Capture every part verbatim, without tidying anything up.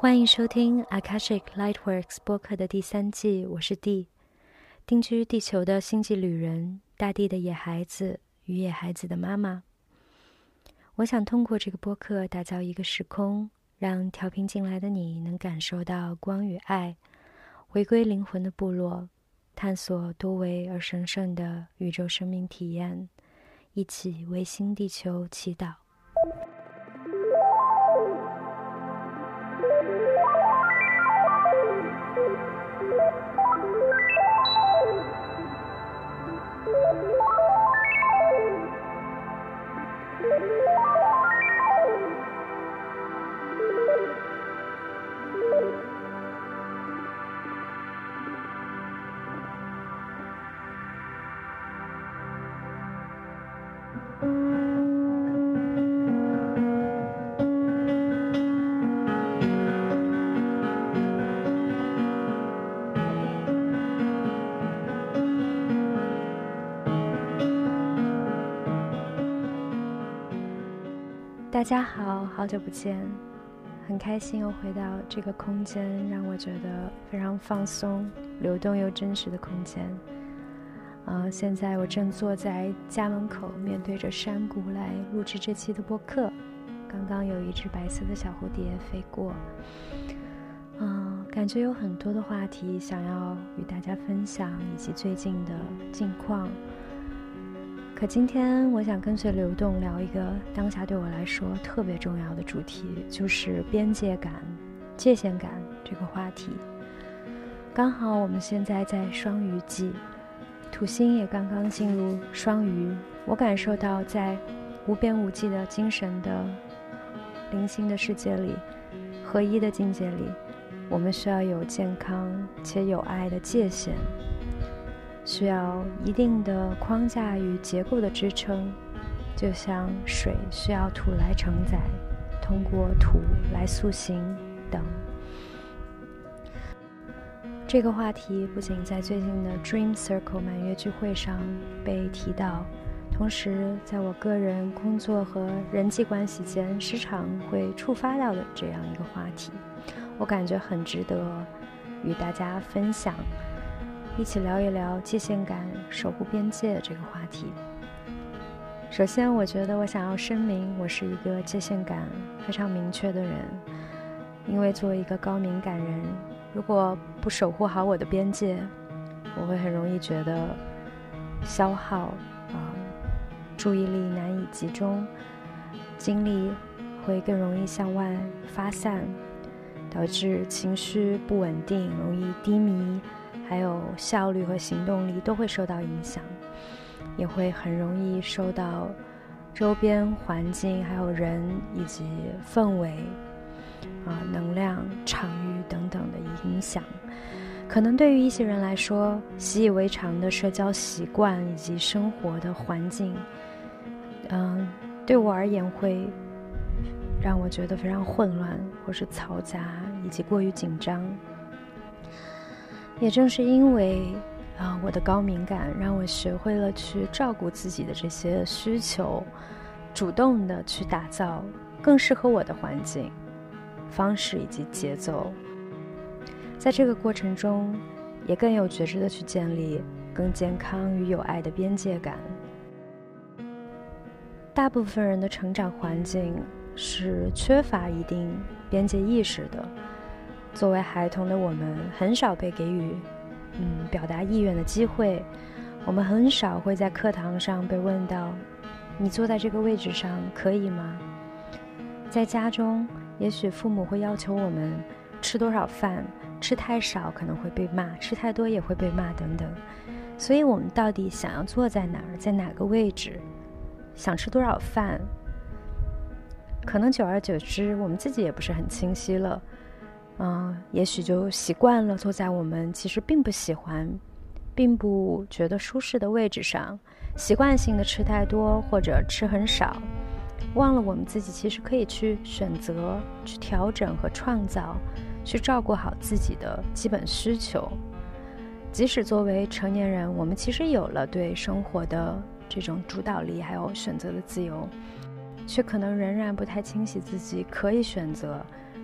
欢迎收听 Akashic Lightworks 播客的第三季，我是 D， 定居地球的星际旅人，大地的野孩子与野孩子的妈妈。我想通过这个播客打造一个时空，让调频进来的你能感受到光与爱，回归灵魂的部落，探索多维而神圣的宇宙生命体验，一起为新地球祈祷。大家好，好久不见，很开心又回到这个空间，让我觉得非常放松、流动又真实的空间。呃，现在我正坐在家门口，面对着山谷来录制这期的播客。刚刚有一只白色的小蝴蝶飞过，嗯、呃，感觉有很多的话题想要与大家分享，以及最近的近况。可今天我想跟随流动聊一个当下对我来说特别重要的主题，就是边界感、界限感这个话题。刚好我们现在在双鱼季，土星也刚刚进入双鱼，我感受到在无边无际的精神的灵性的世界里，合一的境界里，我们需要有健康且有爱的界限，需要一定的框架与结构的支撑，就像水需要土来承载，通过土来塑形等。这个话题不仅在最近的 Dream Circle 满月聚会上被提到，同时在我个人工作和人际关系间时常会触发到的这样一个话题，我感觉很值得与大家分享，一起聊一聊界限感、守护边界这个话题。首先，我觉得我想要声明，我是一个界限感非常明确的人，因为作为一个高敏感人，如果不守护好我的边界，我会很容易觉得消耗、呃、注意力难以集中，精力会更容易向外发散，导致情绪不稳定，容易低迷，还有效率和行动力都会受到影响，也会很容易受到周边环境还有人以及氛围、啊、能量、场域等等的影响。可能对于一些人来说，习以为常的社交习惯以及生活的环境，嗯，对我而言会让我觉得非常混乱，或是嘈杂以及过于紧张。也正是因为啊、呃，我的高敏感让我学会了去照顾自己的这些需求，主动的去打造更适合我的环境、方式以及节奏。在这个过程中，也更有觉知的去建立更健康与有爱的边界感。大部分人的成长环境是缺乏一定边界意识的。作为孩童的我们，很少被给予嗯表达意愿的机会，我们很少会在课堂上被问到你坐在这个位置上可以吗？在家中，也许父母会要求我们吃多少饭，吃太少可能会被骂，吃太多也会被骂等等。所以我们到底想要坐在哪儿，在哪个位置，想吃多少饭，可能久而久之我们自己也不是很清晰了。嗯，也许就习惯了坐在我们其实并不喜欢并不觉得舒适的位置上，习惯性的吃太多或者吃很少，忘了我们自己其实可以去选择、去调整和创造，去照顾好自己的基本需求。即使作为成年人，我们其实有了对生活的这种主导力还有选择的自由，却可能仍然不太清晰自己可以选择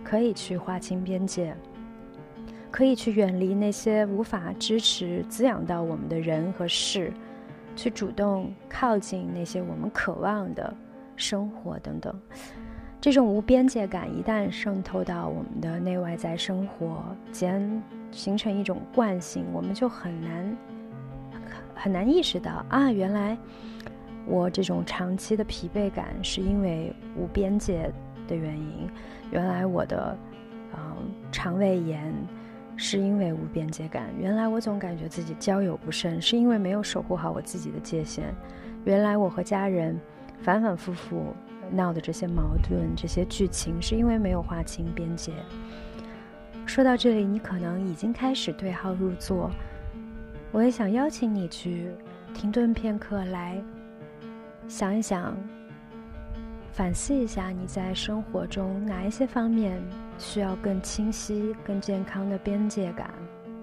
可以去划清边界，可以去远离那些无法支持滋养到我们的人和事，去主动靠近那些我们渴望的生活等等。这种无边界感一旦渗透到我们的内外在生活间，形成一种惯性，我们就很难很难意识到啊，原来我这种长期的疲惫感是因为无边界的原因，原来我的、呃、肠胃炎是因为无边界感，原来我总感觉自己交友不慎是因为没有守护好我自己的界限，原来我和家人反反复复闹的这些矛盾这些剧情是因为没有划清边界。说到这里，你可能已经开始对号入座，我也想邀请你去停顿片刻，来想一想，反思一下你在生活中哪一些方面需要更清晰更健康的边界感。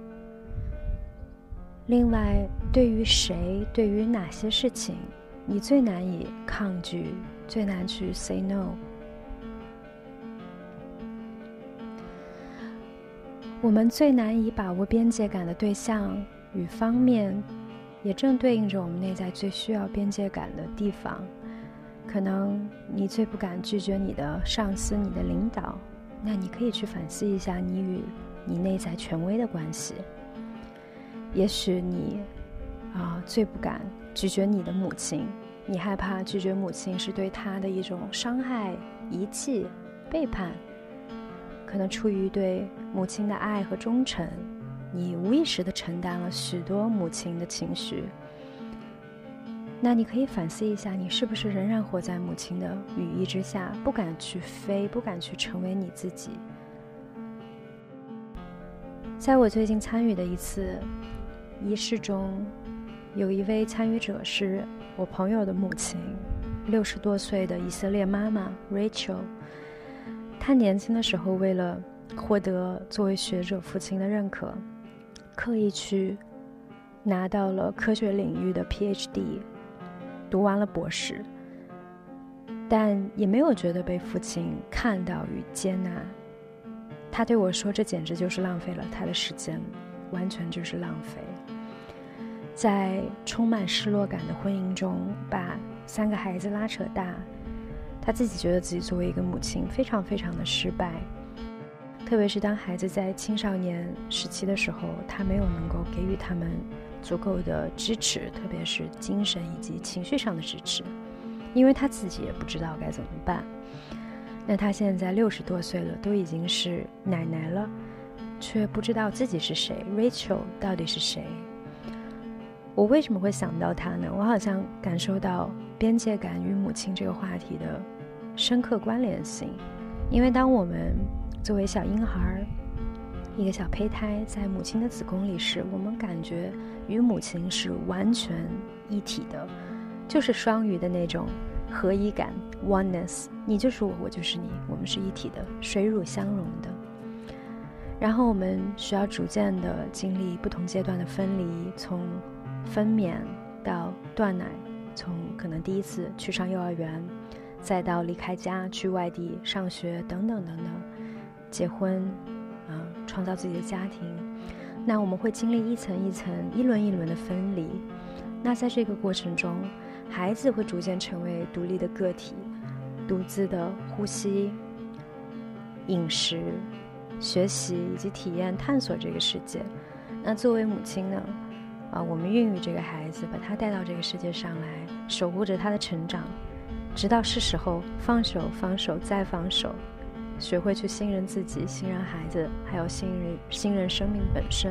另外，对于谁对于哪些事情你最难以抗拒，最难去 say no。 我们最难以把握边界感的对象与方面，也正对应着我们内在最需要边界感的地方。可能你最不敢拒绝你的上司你的领导，那你可以去反思一下你与你内在权威的关系。也许你啊、最不敢拒绝你的母亲，你害怕拒绝母亲是对她的一种伤害、遗弃、背叛，可能出于对母亲的爱和忠诚，你无意识地承担了许多母亲的情绪。那你可以反思一下，你是不是仍然活在母亲的羽翼之下，不敢去飞，不敢去成为你自己。在我最近参与的一次仪式中，有一位参与者是我朋友的母亲，六十多岁的以色列妈妈 Rachel。 她年轻的时候为了获得作为学者父亲的认可，刻意去拿到了科学领域的 P H D， 读完了博士，但也没有觉得被父亲看到与接纳。他对我说，这简直就是浪费了他的时间，完全就是浪费。在充满失落感的婚姻中把三个孩子拉扯大，他自己觉得自己作为一个母亲非常非常的失败，特别是当孩子在青少年时期的时候，他没有能够给予他们足够的支持，特别是精神以及情绪上的支持，因为他自己也不知道该怎么办。那他现在六十多岁了，都已经是奶奶了，却不知道自己是谁， Rachel 到底是谁。我为什么会想到他呢？我好像感受到边界感与母亲这个话题的深刻关联性。因为当我们作为小婴孩，一个小胚胎在母亲的子宫里时，我们感觉与母亲是完全一体的，就是双鱼的那种合一感 oneness， 你就是我，我就是你，我们是一体的，水乳相融的。然后我们需要逐渐的经历不同阶段的分离，从分娩到断奶，从可能第一次去上幼儿园，再到离开家去外地上学等等等等，结婚啊、呃，创造自己的家庭。那我们会经历一层一层一轮一轮的分离。那在这个过程中，孩子会逐渐成为独立的个体，独自的呼吸、饮食、学习以及体验探索这个世界。那作为母亲呢，啊，我们孕育这个孩子，把他带到这个世界上来，守护着他的成长，直到是时候放手放手再放手，学会去信任自己，信任孩子，还有信任信任生命本身。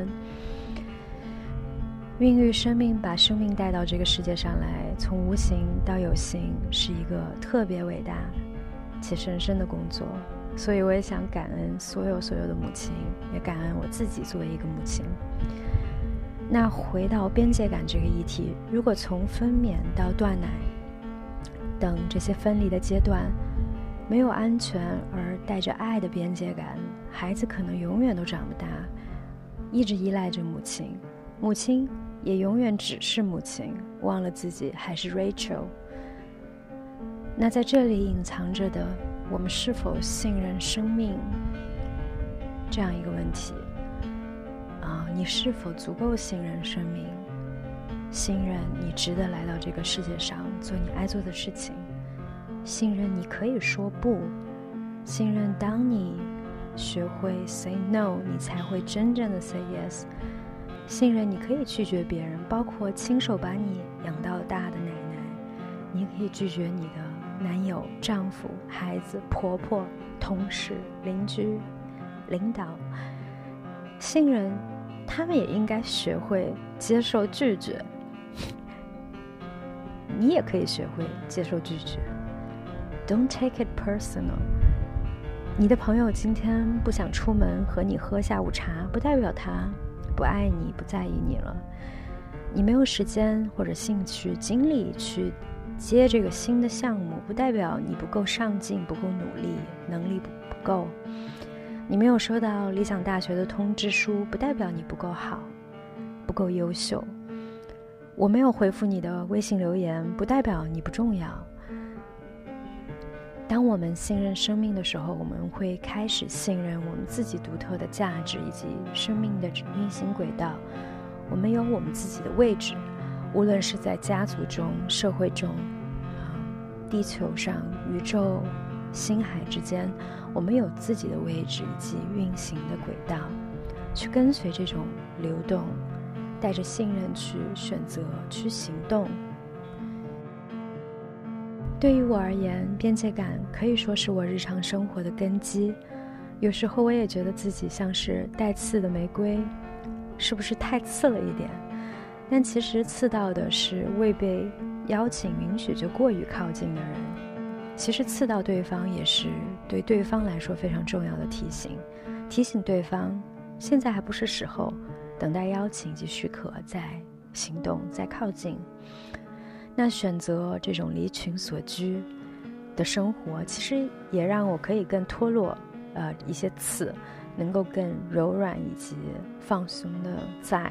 孕育生命，把生命带到这个世界上来，从无形到有形，是一个特别伟大且神圣的工作。所以我也想感恩所有所有的母亲，也感恩我自己作为一个母亲。那回到边界感这个议题，如果从分娩到断奶等这些分离的阶段没有安全而带着爱的边界感，孩子可能永远都长不大，一直依赖着母亲，母亲也永远只是母亲，忘了自己还是 Rachel。那在这里隐藏着的我们是否信任生命这样一个问题啊，你是否足够信任生命，信任你值得来到这个世界上做你爱做的事情，信任你可以说不，信任当你学会 say no 你才会真正的 say yes， 信任你可以拒绝别人，包括亲手把你养到大的奶奶，你可以拒绝你的男友、丈夫、孩子、婆婆、同事、邻居、领导，信任他们也应该学会接受拒绝，你也可以学会接受拒绝。 Don't take it personal。 你的朋友今天不想出门和你喝下午茶，不代表他不爱你、不在意你了。你没有时间或者兴趣、精力去接这个新的项目，不代表你不够上进、不够努力、能力不不够。你没有收到理想大学的通知书，不代表你不够好、不够优秀。我没有回复你的微信留言，不代表你不重要。当我们信任生命的时候，我们会开始信任我们自己独特的价值以及生命的运行轨道。我们有我们自己的位置，无论是在家族中、社会中、地球上、宇宙、星海之间，我们有自己的位置以及运行的轨道，去跟随这种流动，带着信任去选择、去行动。对于我而言，边界感可以说是我日常生活的根基。有时候我也觉得自己像是带刺的玫瑰，是不是太刺了一点？但其实刺到的是未被邀请允许就过于靠近的人。其实刺到对方也是对对方来说非常重要的提醒，提醒对方现在还不是时候，等待邀请及许可再行动、再靠近。那选择这种离群所居的生活，其实也让我可以更脱落呃一些刺，能够更柔软以及放松的在。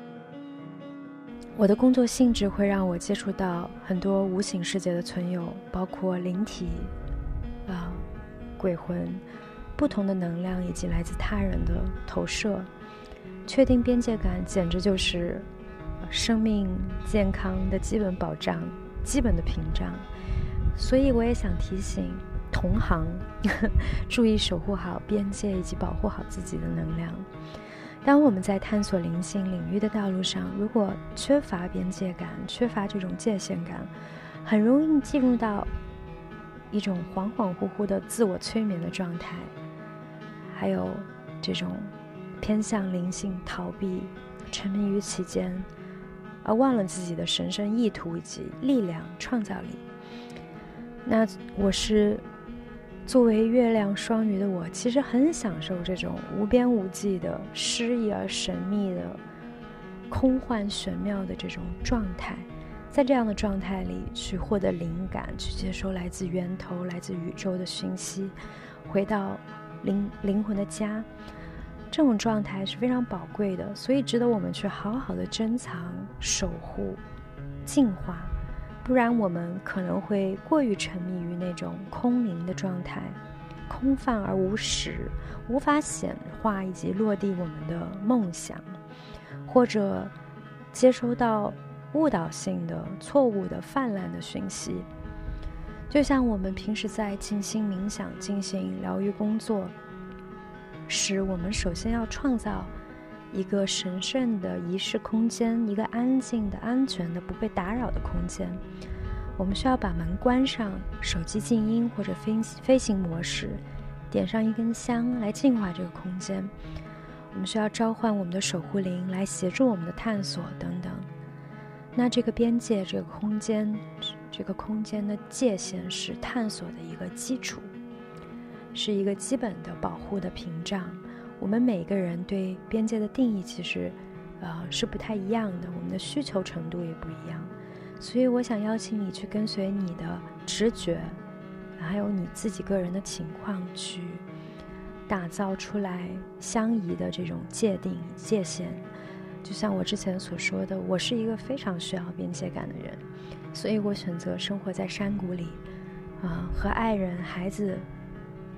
我的工作性质会让我接触到很多无形世界的存有，包括灵体、呃、鬼魂、不同的能量以及来自他人的投射。确定边界感简直就是生命健康的基本保障、基本的屏障。所以我也想提醒同行注意守护好边界以及保护好自己的能量。当我们在探索灵性领域的道路上，如果缺乏边界感、缺乏这种界限感，很容易进入到一种恍恍惚惚的自我催眠的状态，还有这种偏向灵性逃避、沉迷于其间，而忘了自己的神圣意图以及力量、创造力。那我是作为月亮双鱼的我，其实很享受这种无边无际的诗意而神秘的空幻玄妙的这种状态，在这样的状态里去获得灵感，去接收来自源头、来自宇宙的讯息，回到灵灵魂的家。这种状态是非常宝贵的，所以值得我们去好好的珍藏、守护、净化，不然我们可能会过于沉迷于那种空灵的状态，空泛而无实，无法显化以及落地我们的梦想，或者接收到误导性的、错误的、泛滥的讯息。就像我们平时在静心冥想、进行疗愈工作时，我们首先要创造一个神圣的仪式空间，一个安静的、安全的、不被打扰的空间。我们需要把门关上，手机静音或者飞飞行模式，点上一根香来净化这个空间。我们需要召唤我们的守护灵来协助我们的探索等等。那这个边界、这个空间、这个空间的界限是探索的一个基础，是一个基本的保护的屏障。我们每个人对边界的定义其实呃是不太一样的，我们的需求程度也不一样。所以我想邀请你去跟随你的直觉，还有你自己个人的情况，去打造出来相宜的这种界定界限。就像我之前所说的，我是一个非常需要边界感的人，所以我选择生活在山谷里，啊、呃，和爱人、孩子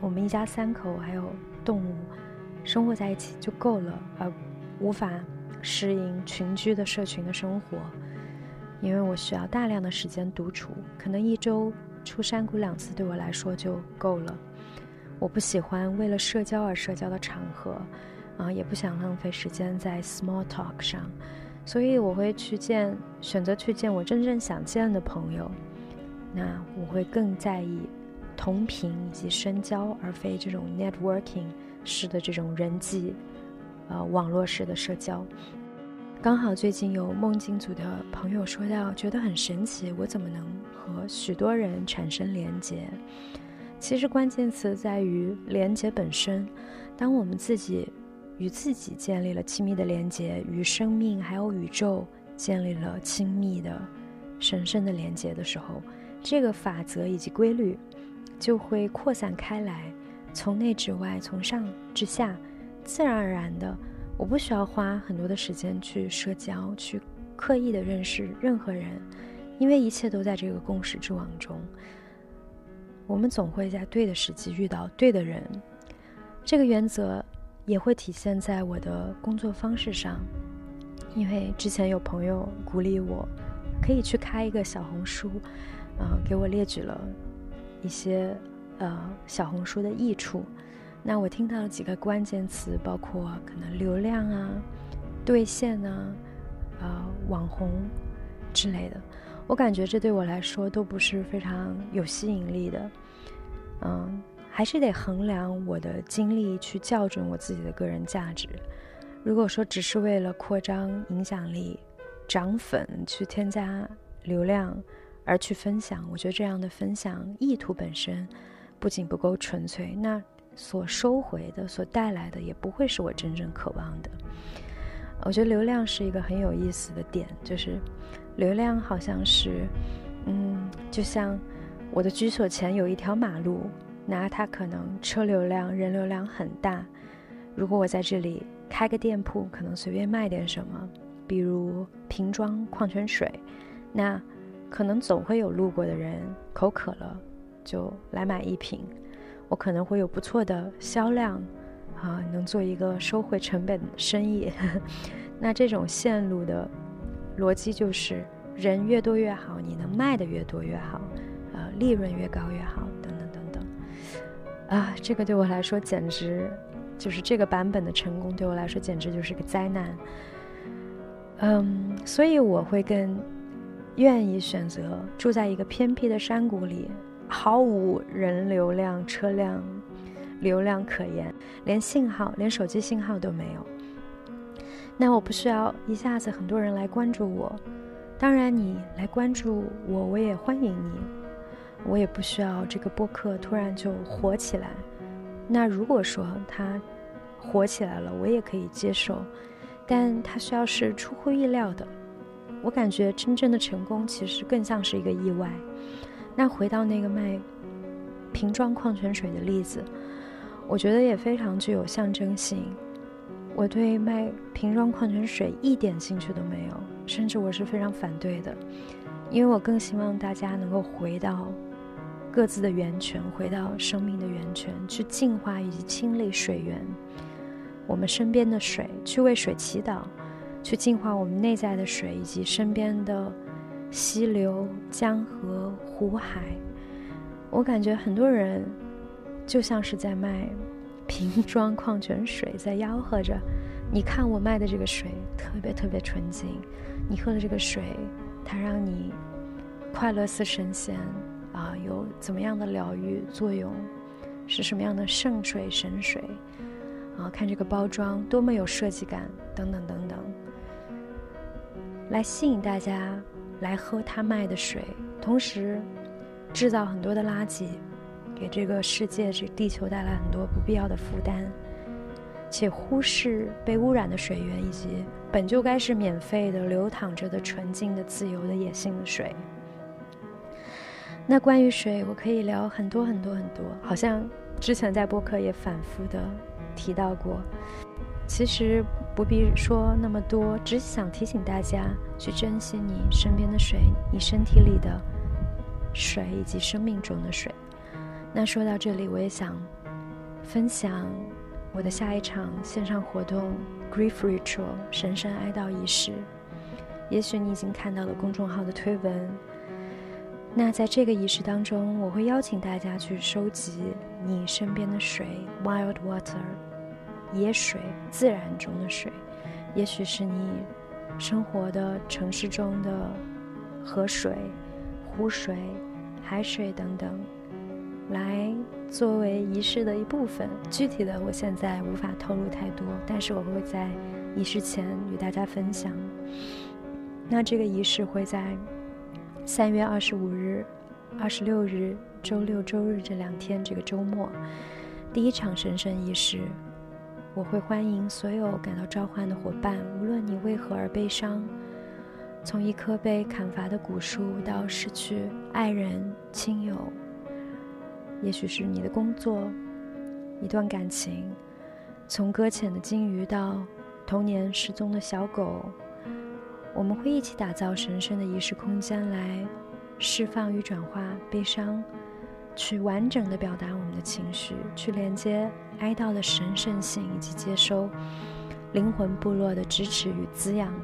我们一家三口还有动物生活在一起就够了，而无法适应群居的社群的生活。因为我需要大量的时间独处，可能一周出山谷两次对我来说就够了。我不喜欢为了社交而社交的场合，啊，也不想浪费时间在 small talk 上，所以我会去见，选择去见我真正想见的朋友。那我会更在意同频以及深交，而非这种 networking 式的这种人际，呃，网络式的社交。刚好最近有梦境组的朋友说到，觉得很神奇，我怎么能和许多人产生连结？其实关键词在于连结本身。当我们自己与自己建立了亲密的连结，与生命还有宇宙建立了亲密的神圣的连结的时候，这个法则以及规律就会扩散开来，从内至外，从上至下，自然而然的，我不需要花很多的时间去社交，去刻意的认识任何人，因为一切都在这个共识之网中。我们总会在对的时机遇到对的人，这个原则也会体现在我的工作方式上。因为之前有朋友鼓励我可以去开一个小红书，呃、给我列举了一些呃小红书的益处。那我听到了几个关键词，包括可能流量啊、兑现啊、呃、网红之类的。我感觉这对我来说都不是非常有吸引力的，嗯，还是得衡量我的精力去校准我自己的个人价值。如果说只是为了扩张影响力、涨粉、去添加流量而去分享，我觉得这样的分享意图本身不仅不够纯粹，那所收回的、所带来的也不会是我真正渴望的。我觉得流量是一个很有意思的点，就是流量好像是，嗯，就像我的居所前有一条马路，那它可能车流量、人流量很大。如果我在这里开个店铺，可能随便卖点什么，比如瓶装矿泉水，那可能总会有路过的人口渴了就来买一瓶，我可能会有不错的销量啊，能做一个收回成本的生意。那这种线路的逻辑就是人越多越好，你能卖的越多越好，呃，利润越高越好，等等等等。啊，这个对我来说简直就是这个版本的成功对我来说简直就是个灾难。嗯，所以我会更愿意选择住在一个偏僻的山谷里，毫无人流量、车辆流量可言，连信号连手机信号都没有。那我不需要一下子很多人来关注我，当然你来关注我，我也欢迎你，我也不需要这个播客突然就火起来。那如果说它火起来了，我也可以接受，但它需要是出乎意料的。我感觉真正的成功其实更像是一个意外。那回到那个卖瓶装矿泉水的例子，我觉得也非常具有象征性。我对卖瓶装矿泉水一点兴趣都没有，甚至我是非常反对的，因为我更希望大家能够回到各自的源泉，回到生命的源泉，去净化以及清理水源，我们身边的水，去为水祈祷，去净化我们内在的水，以及身边的溪流、江河、湖海。我感觉很多人就像是在卖瓶装矿泉水，在吆喝着，你看我卖的这个水特别特别纯净，你喝了这个水，它让你快乐似神仙啊，有怎么样的疗愈作用，是什么样的圣水神水啊，看这个包装多么有设计感，等等等等，来吸引大家来喝他卖的水，同时制造很多的垃圾，给这个世界这地球带来很多不必要的负担，且忽视被污染的水源以及本就该是免费的流淌着的纯净的自由的野性的水。那关于水我可以聊很多很多很多，好像之前在播客也反复的提到过，其实不必说那么多，只想提醒大家去珍惜你身边的水，你身体里的水以及生命中的水。那说到这里，我也想分享我的下一场线上活动 Grief Ritual 神圣哀悼仪式。也许你已经看到了公众号的推文。那在这个仪式当中，我会邀请大家去收集你身边的水 Wild Water 野水，自然中的水，也许是你生活的城市中的河水、湖水、海水等等，来作为仪式的一部分。具体的我现在无法透露太多，但是我会在仪式前与大家分享。那这个仪式会在三月二十五日、二十六日、周六、周日这两天，这个周末，第一场神圣仪式，我会欢迎所有感到召唤的伙伴，无论你为何而悲伤，从一棵被砍伐的古树到失去爱人、亲友，也许是你的工作、一段感情，从搁浅的鲸鱼到童年失踪的小狗，我们会一起打造神圣的仪式空间，来释放与转化悲伤，去完整的表达我们的情绪，去连接哀悼的神圣性，以及接收灵魂部落的支持与滋养。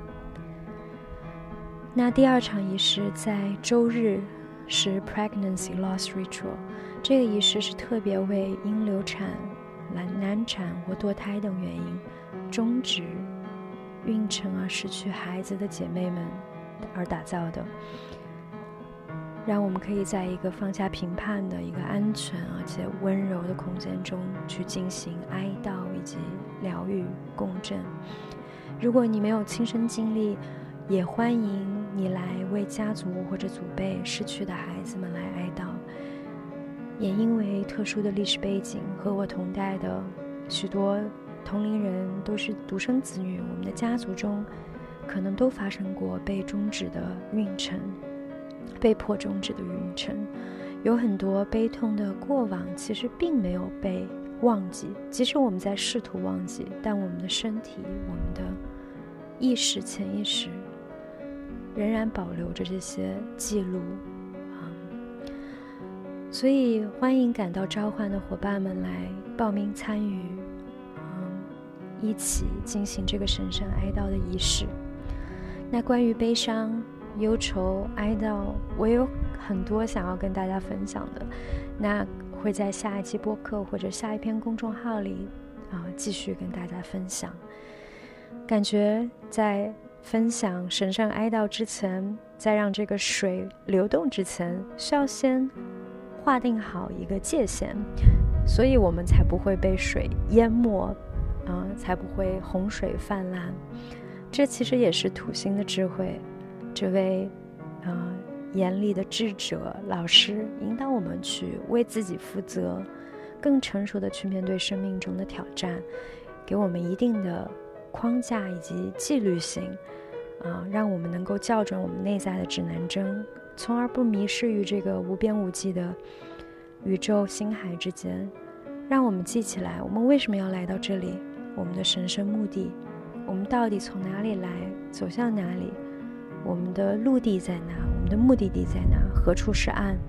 那第二场仪式在周日是 Pregnancy Loss Ritual， 这个仪式是特别为因流产、难产或堕胎等原因终止孕程而失去孩子的姐妹们而打造的，让我们可以在一个放下评判的一个安全而且温柔的空间中去进行哀悼以及疗愈共振。如果你没有亲身经历，也欢迎你来为家族或者祖辈逝去的孩子们来哀悼。也因为特殊的历史背景，和我同代的许多同龄人都是独生子女，我们的家族中可能都发生过被终止的孕程，被迫终止的孕程，有很多悲痛的过往其实并没有被忘记，即使我们在试图忘记，但我们的身体、我们的意识、潜意识仍然保留着这些记录、嗯、所以欢迎感到召唤的伙伴们来报名参与，一起进行这个神圣哀悼的仪式。那关于悲伤、忧愁、哀悼，我有很多想要跟大家分享的，那会在下一期播客或者下一篇公众号里、呃、继续跟大家分享。感觉在分享神圣哀悼之前，在让这个水流动之前，需要先划定好一个界限，所以我们才不会被水淹没，呃、才不会洪水泛滥。这其实也是土星的智慧，这位呃严厉的智者老师引导我们去为自己负责，更成熟的去面对生命中的挑战，给我们一定的框架以及纪律性，啊、呃，让我们能够校准我们内在的指南针，从而不迷失于这个无边无际的宇宙星海之间。让我们记起来，我们为什么要来到这里，我们的神圣目的，我们到底从哪里来，走向哪里，我们的陆地在哪，我们的目的地在哪，何处是岸。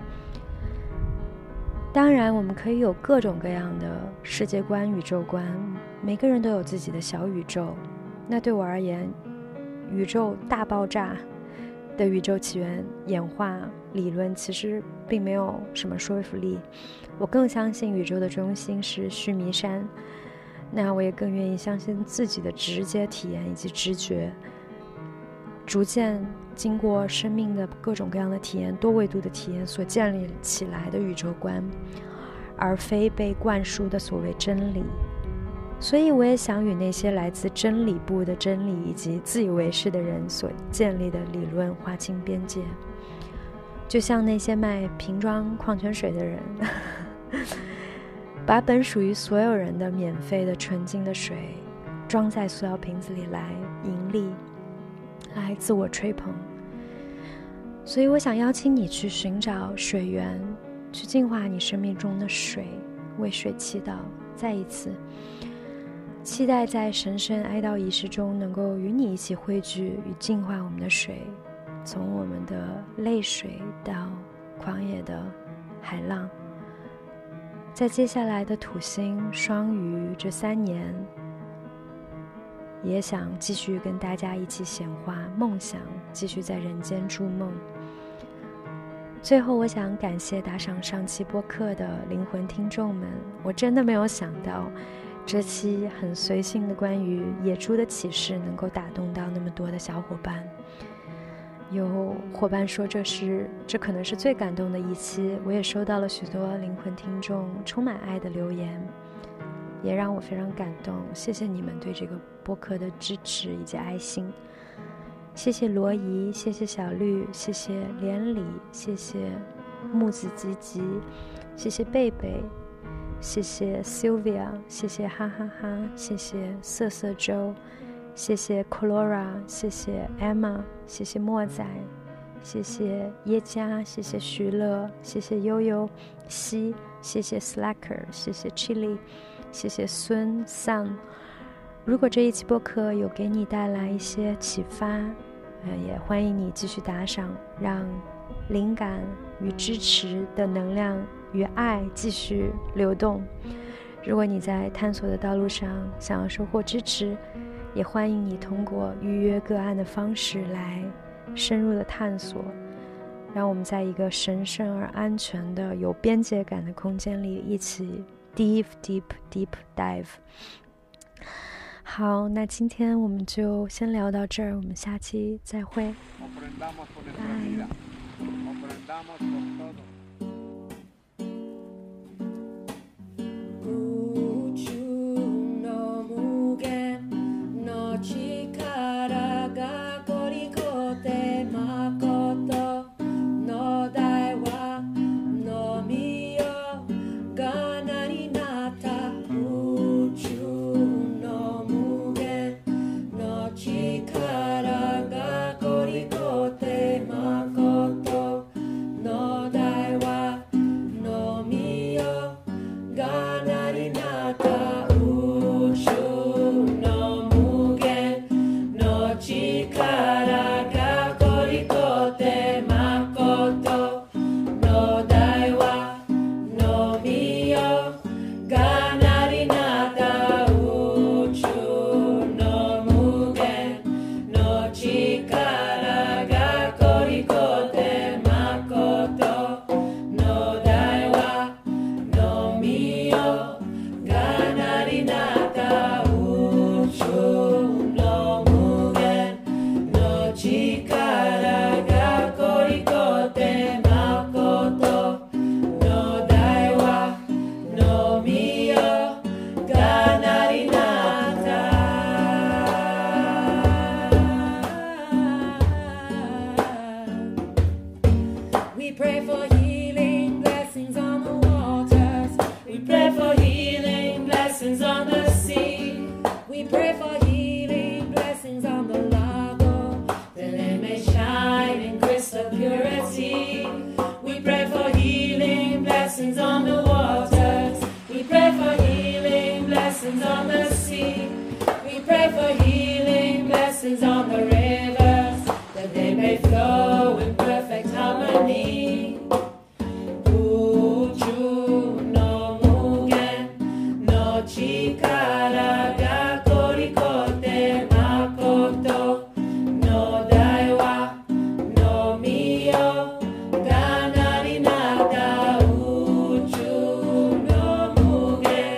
当然我们可以有各种各样的世界观、宇宙观，每个人都有自己的小宇宙。那对我而言，宇宙大爆炸的宇宙起源演化理论其实并没有什么说服力，我更相信宇宙的中心是须弥山，那我也更愿意相信自己的直接体验以及直觉，逐渐经过生命的各种各样的体验、多维度的体验所建立起来的宇宙观，而非被灌输的所谓真理。所以我也想与那些来自真理部的真理以及自以为是的人所建立的理论划清边界，就像那些卖瓶装矿泉水的人把本属于所有人的免费的纯净的水装在塑料瓶子里来盈利，来自我吹捧。所以我想邀请你去寻找水源，去净化你生命中的水，为水祈祷。再一次期待在神圣哀悼仪式中能够与你一起汇聚与净化我们的水，从我们的泪水到狂野的海浪， 在接下来的土星双鱼这三年，也想继续跟大家一起显化梦想，继续在人间筑梦。最后我想感谢打赏上期播客的灵魂听众们，我真的没有想到这期很随性的关于野猪的启示能够打动到那么多的小伙伴。有伙伴说这是这可能是最感动的一期，我也收到了许多灵魂听众充满爱的留言，也让我非常感动，谢谢你们对这个播客的支持以及爱心。谢谢罗姨，谢谢小绿，谢谢连理，谢谢木子吉吉，谢谢贝贝，谢谢 Sylvia， 谢谢哈哈哈，谢谢瑟瑟周，谢谢 Colora， 谢谢 Emma， 谢谢莫仔，谢谢耶加，谢谢徐乐，谢谢悠悠西，谢谢 Slacker， 谢谢 Chili， 谢谢孙 Sun。 如果这一期播客有给你带来一些启发，呃，也欢迎你继续打赏，让灵感与支持的能量与爱继续流动。如果你在探索的道路上想要收获支持，也欢迎你通过预约个案的方式来深入的探索，让我们在一个神圣而安全的有边界感的空间里一起 deep deep deep dive。 好，那今天我们就先聊到这儿，我们下期再会，拜。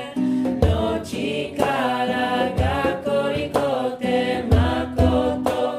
力がこりこってまこと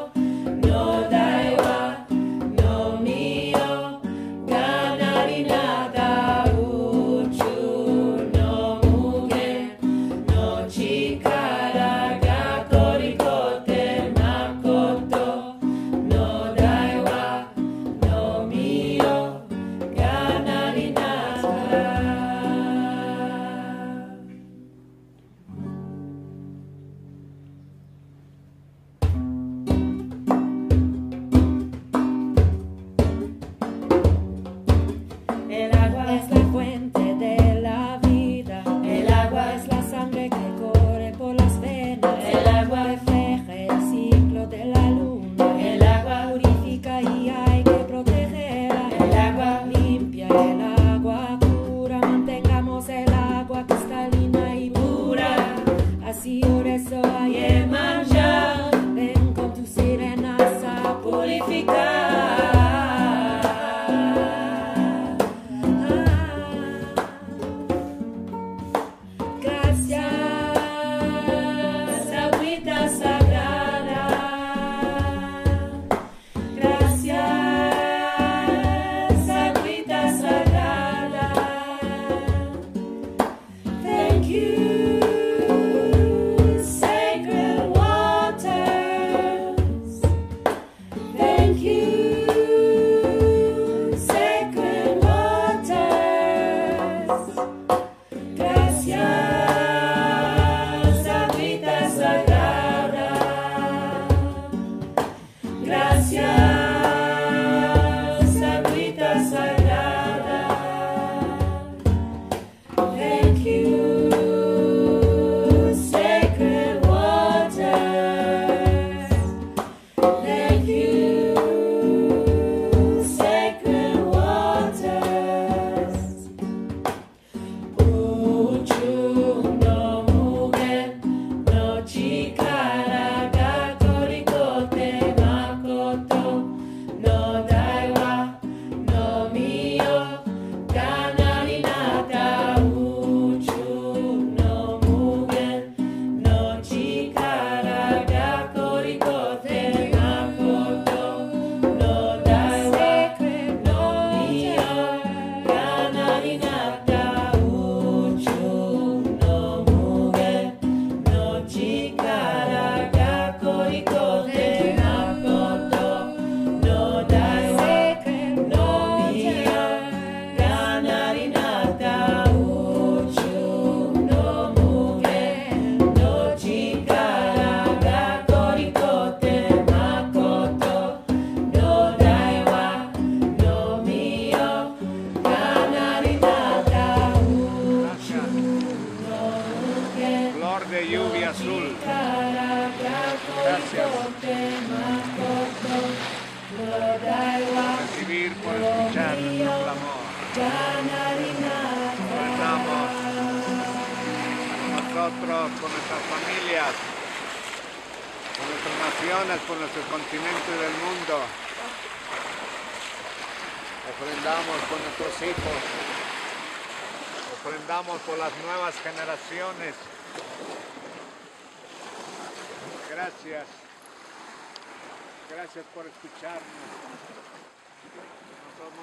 Recibir por escuchar nuestro clamor. Rezamos nosotros, con nuestras familias, con nuestras naciones, con nuestro continente del mundo. Ofrendamos por nuestros hijos. Ofrendamos por las nuevas generaciones. Gracias. Gracias por escucharnos. No somos